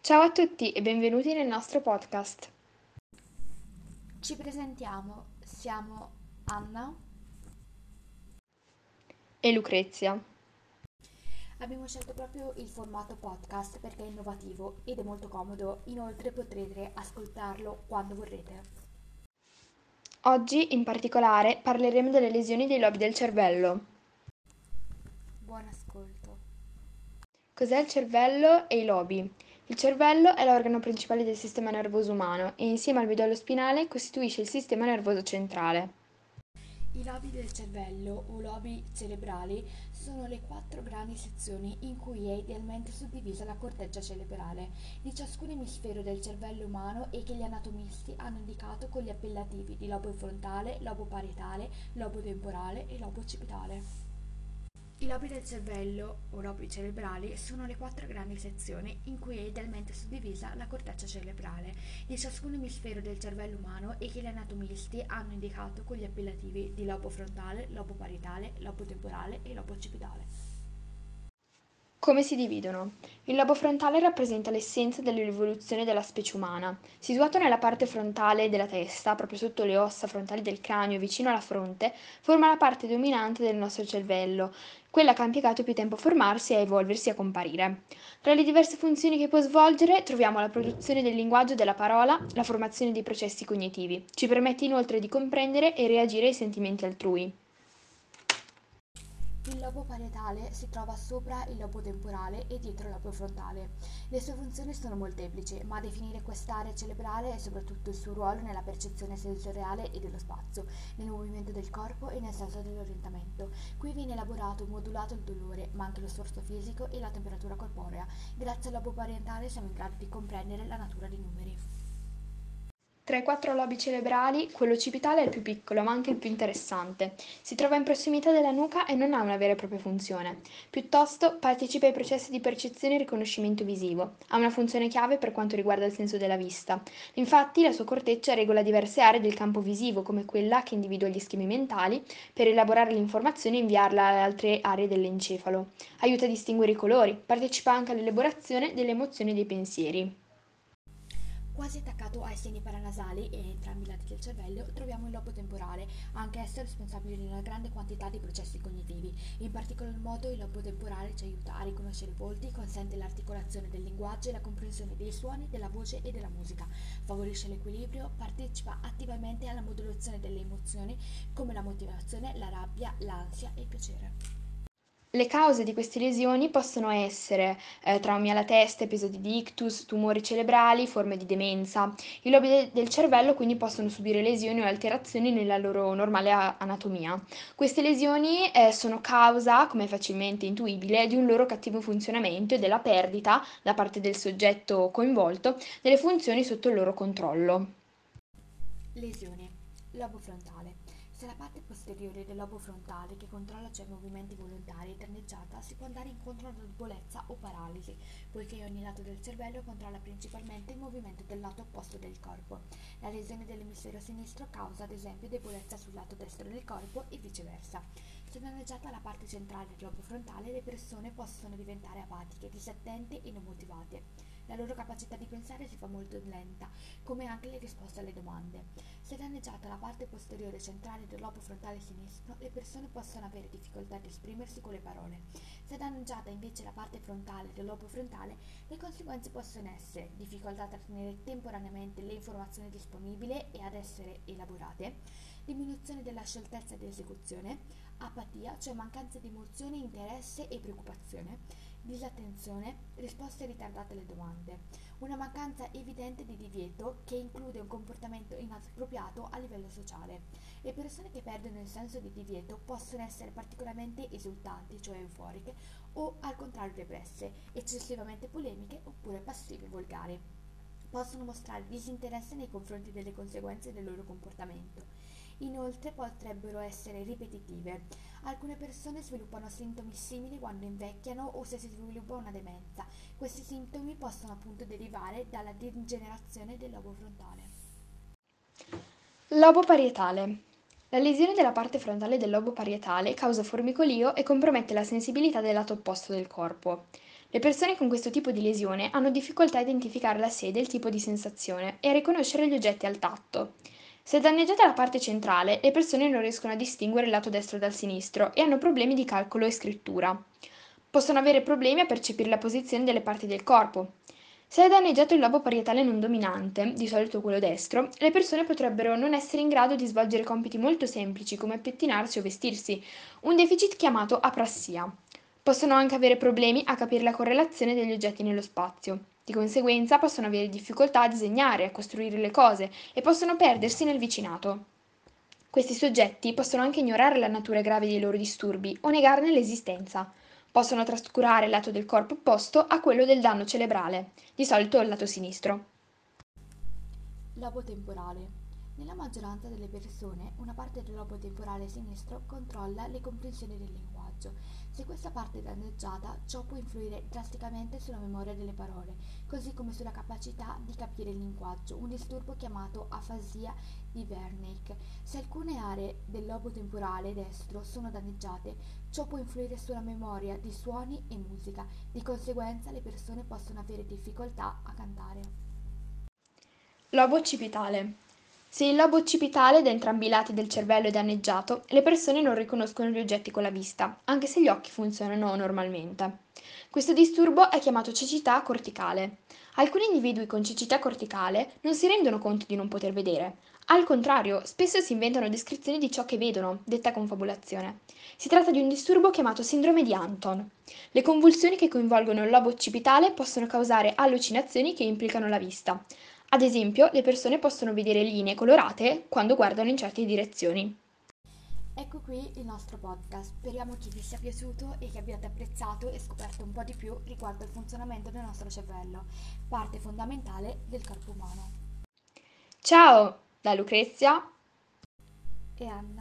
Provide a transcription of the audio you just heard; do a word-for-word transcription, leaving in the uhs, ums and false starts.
Ciao a tutti e benvenuti nel nostro podcast. Ci presentiamo, siamo Anna. E Lucrezia. Abbiamo scelto proprio il formato podcast perché è innovativo ed è molto comodo, inoltre potrete ascoltarlo quando vorrete. Oggi, in particolare, parleremo delle lesioni dei lobi del cervello. Buon ascolto. Cos'è il cervello e i lobi? Il cervello è l'organo principale del sistema nervoso umano e insieme al midollo spinale costituisce il sistema nervoso centrale. I lobi del cervello o lobi cerebrali sono le quattro grandi sezioni in cui è idealmente suddivisa la corteccia cerebrale di ciascun emisfero del cervello umano e che gli anatomisti hanno indicato con gli appellativi di lobo frontale, lobo parietale, lobo temporale e lobo occipitale. I lobi del cervello, o lobi cerebrali, sono le quattro grandi sezioni in cui è idealmente suddivisa la corteccia cerebrale di ciascun emisfero del cervello umano e che gli anatomisti hanno indicato con gli appellativi di lobo frontale, lobo parietale, lobo temporale e lobo occipitale. Come si dividono? Il lobo frontale rappresenta l'essenza dell'evoluzione della specie umana. Situato nella parte frontale della testa, proprio sotto le ossa frontali del cranio, vicino alla fronte, forma la parte dominante del nostro cervello, quella che ha impiegato più tempo a formarsi, a evolversi e a comparire. Tra le diverse funzioni che può svolgere troviamo la produzione del linguaggio della parola, la formazione dei processi cognitivi. Ci permette inoltre di comprendere e reagire ai sentimenti altrui. Il lobo parietale si trova sopra il lobo temporale e dietro il lobo frontale. Le sue funzioni sono molteplici, ma a definire quest'area cerebrale è soprattutto il suo ruolo nella percezione sensoriale e dello spazio, nel movimento del corpo e nel senso dell'orientamento. Qui viene elaborato e modulato il dolore, ma anche lo sforzo fisico e la temperatura corporea. Grazie al lobo parietale siamo in grado di comprendere la natura dei numeri. Tra i quattro lobi cerebrali, quello occipitale è il più piccolo, ma anche il più interessante. Si trova in prossimità della nuca e non ha una vera e propria funzione. Piuttosto, partecipa ai processi di percezione e riconoscimento visivo. Ha una funzione chiave per quanto riguarda il senso della vista. Infatti, la sua corteccia regola diverse aree del campo visivo, come quella che individua gli schemi mentali, per elaborare l'informazione e inviarla alle altre aree dell'encefalo. Aiuta a distinguere i colori, partecipa anche all'elaborazione delle emozioni e dei pensieri. Quasi attaccato ai seni paranasali e entrambi i lati del cervello troviamo il lobo temporale, anch'esso responsabile di una grande quantità di processi cognitivi. In particolar modo il lobo temporale ci aiuta a riconoscere i volti, consente l'articolazione del linguaggio e la comprensione dei suoni, della voce e della musica, favorisce l'equilibrio, partecipa attivamente alla modulazione delle emozioni come la motivazione, la rabbia, l'ansia e il piacere. Le cause di queste lesioni possono essere eh, traumi alla testa, episodi di ictus, tumori cerebrali, forme di demenza. I lobi de- del cervello quindi possono subire lesioni o alterazioni nella loro normale a- anatomia. Queste lesioni eh, sono causa, come è facilmente intuibile, di un loro cattivo funzionamento e della perdita, da parte del soggetto coinvolto, delle funzioni sotto il loro controllo. Lesione. Lobo frontale. Se la parte posteriore del lobo frontale che controlla cioè i movimenti volontari è danneggiata, si può andare incontro a una debolezza o paralisi, poiché ogni lato del cervello controlla principalmente il movimento del lato opposto del corpo. La lesione dell'emisfero sinistro causa ad esempio debolezza sul lato destro del corpo e viceversa. Se danneggiata la parte centrale del lobo frontale, le persone possono diventare apatiche, disattente e non motivate. La loro capacità di pensare si fa molto lenta, come anche le risposte alle domande. Se danneggiata la parte posteriore centrale del lobo frontale sinistro, le persone possono avere difficoltà di esprimersi con le parole. Se danneggiata invece la parte frontale del lobo frontale, le conseguenze possono essere difficoltà a trattenere temporaneamente le informazioni disponibili e ad essere elaborate, diminuzione della scioltezza di esecuzione, apatia, cioè mancanza di emozione, interesse e preoccupazione, disattenzione, risposte ritardate alle domande, una mancanza evidente di divieto che include un comportamento inappropriato a livello sociale. Le persone che perdono il senso di divieto possono essere particolarmente esultanti, cioè euforiche, o al contrario depresse, eccessivamente polemiche oppure passive volgari. Possono mostrare disinteresse nei confronti delle conseguenze del loro comportamento. Inoltre potrebbero essere ripetitive. Alcune persone sviluppano sintomi simili quando invecchiano o se si sviluppa una demenza. Questi sintomi possono appunto derivare dalla degenerazione del lobo frontale. Lobo parietale. La lesione della parte frontale del lobo parietale causa formicolio e compromette la sensibilità del lato opposto del corpo. Le persone con questo tipo di lesione hanno difficoltà a identificare la sede e il tipo di sensazione e a riconoscere gli oggetti al tatto. Se è danneggiata la parte centrale, le persone non riescono a distinguere il lato destro dal sinistro e hanno problemi di calcolo e scrittura. Possono avere problemi a percepire la posizione delle parti del corpo. Se è danneggiato il lobo parietale non dominante, di solito quello destro, le persone potrebbero non essere in grado di svolgere compiti molto semplici come pettinarsi o vestirsi, un deficit chiamato aprassia. Possono anche avere problemi a capire la correlazione degli oggetti nello spazio. Di conseguenza possono avere difficoltà a disegnare, a costruire le cose e possono perdersi nel vicinato. Questi soggetti possono anche ignorare la natura grave dei loro disturbi o negarne l'esistenza. Possono trascurare il lato del corpo opposto a quello del danno cerebrale, di solito il lato sinistro. Lobo temporale. Nella maggioranza delle persone, una parte del lobo temporale sinistro controlla le comprensioni del linguaggio. Se questa parte è danneggiata, ciò può influire drasticamente sulla memoria delle parole, così come sulla capacità di capire il linguaggio, un disturbo chiamato afasia di Wernicke. Se alcune aree del lobo temporale destro sono danneggiate, ciò può influire sulla memoria di suoni e musica. Di conseguenza, le persone possono avere difficoltà a cantare. Lobo occipitale. Se il lobo occipitale da entrambi i lati del cervello è danneggiato, le persone non riconoscono gli oggetti con la vista, anche se gli occhi funzionano normalmente. Questo disturbo è chiamato cecità corticale. Alcuni individui con cecità corticale non si rendono conto di non poter vedere. Al contrario, spesso si inventano descrizioni di ciò che vedono, detta confabulazione. Si tratta di un disturbo chiamato sindrome di Anton. Le convulsioni che coinvolgono il lobo occipitale possono causare allucinazioni che implicano la vista. Ad esempio, le persone possono vedere linee colorate quando guardano in certe direzioni. Ecco qui il nostro podcast, speriamo che vi sia piaciuto e che abbiate apprezzato e scoperto un po' di più riguardo al funzionamento del nostro cervello, parte fondamentale del corpo umano. Ciao, da Lucrezia E Anna.